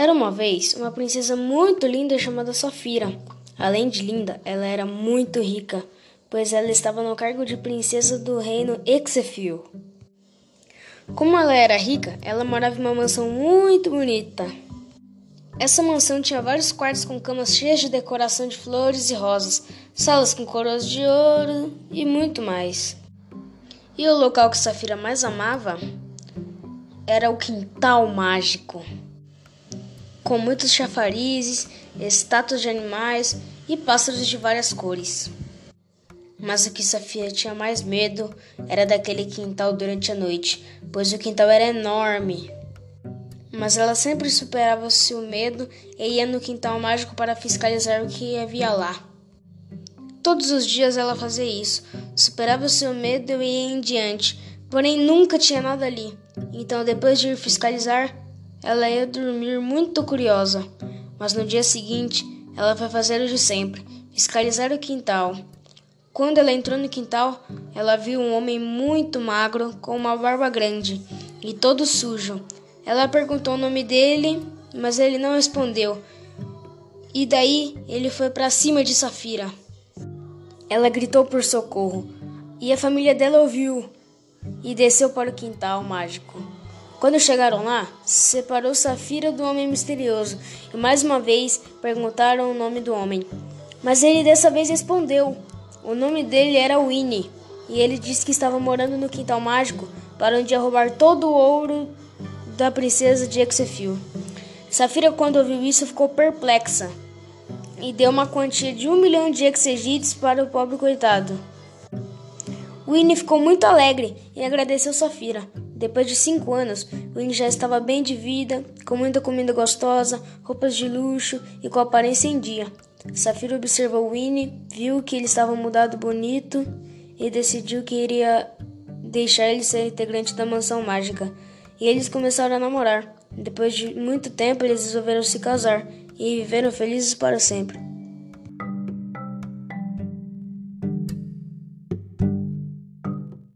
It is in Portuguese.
Era uma vez uma princesa muito linda chamada Safira. Além de linda, ela era muito rica, pois ela estava no cargo de princesa do reino Exefil. Como ela era rica, ela morava em uma mansão muito bonita. Essa mansão tinha vários quartos com camas cheias de decoração de flores e rosas, salas com coroas de ouro e muito mais. E o local que Safira mais amava era o quintal mágico, com muitos chafarizes, estátuas de animais e pássaros de várias cores. Mas o que Safira tinha mais medo era daquele quintal durante a noite, pois o quintal era enorme. Mas ela sempre superava o seu medo e ia no quintal mágico para fiscalizar o que havia lá. Todos os dias ela fazia isso, superava o seu medo e ia em diante, porém nunca tinha nada ali. Então, depois de ir fiscalizar, ela ia dormir muito curiosa. Mas no dia seguinte, ela foi fazer o de sempre, fiscalizar o quintal. Quando ela entrou no quintal, ela viu um homem muito magro, com uma barba grande e todo sujo. Ela perguntou o nome dele, mas ele não respondeu. E daí, ele foi para cima de Safira. Ela gritou por socorro, e a família dela ouviu e desceu para o quintal mágico. Quando chegaram lá, separou Safira do homem misterioso e mais uma vez perguntaram o nome do homem. Mas ele dessa vez respondeu. O nome dele era Winnie, e ele disse que estava morando no quintal mágico para um dia roubar todo o ouro da princesa de Exefil. Safira, quando ouviu isso, ficou perplexa e deu uma quantia de 1 milhão de exegites para o pobre coitado. Winnie ficou muito alegre e agradeceu Safira. Depois de 5 anos, Winnie já estava bem de vida, com muita comida gostosa, roupas de luxo e com aparência em dia. Safira observou Winnie, viu que ele estava mudado bonito e decidiu que iria deixar ele ser integrante da mansão mágica. E eles começaram a namorar. Depois de muito tempo, eles resolveram se casar e viveram felizes para sempre.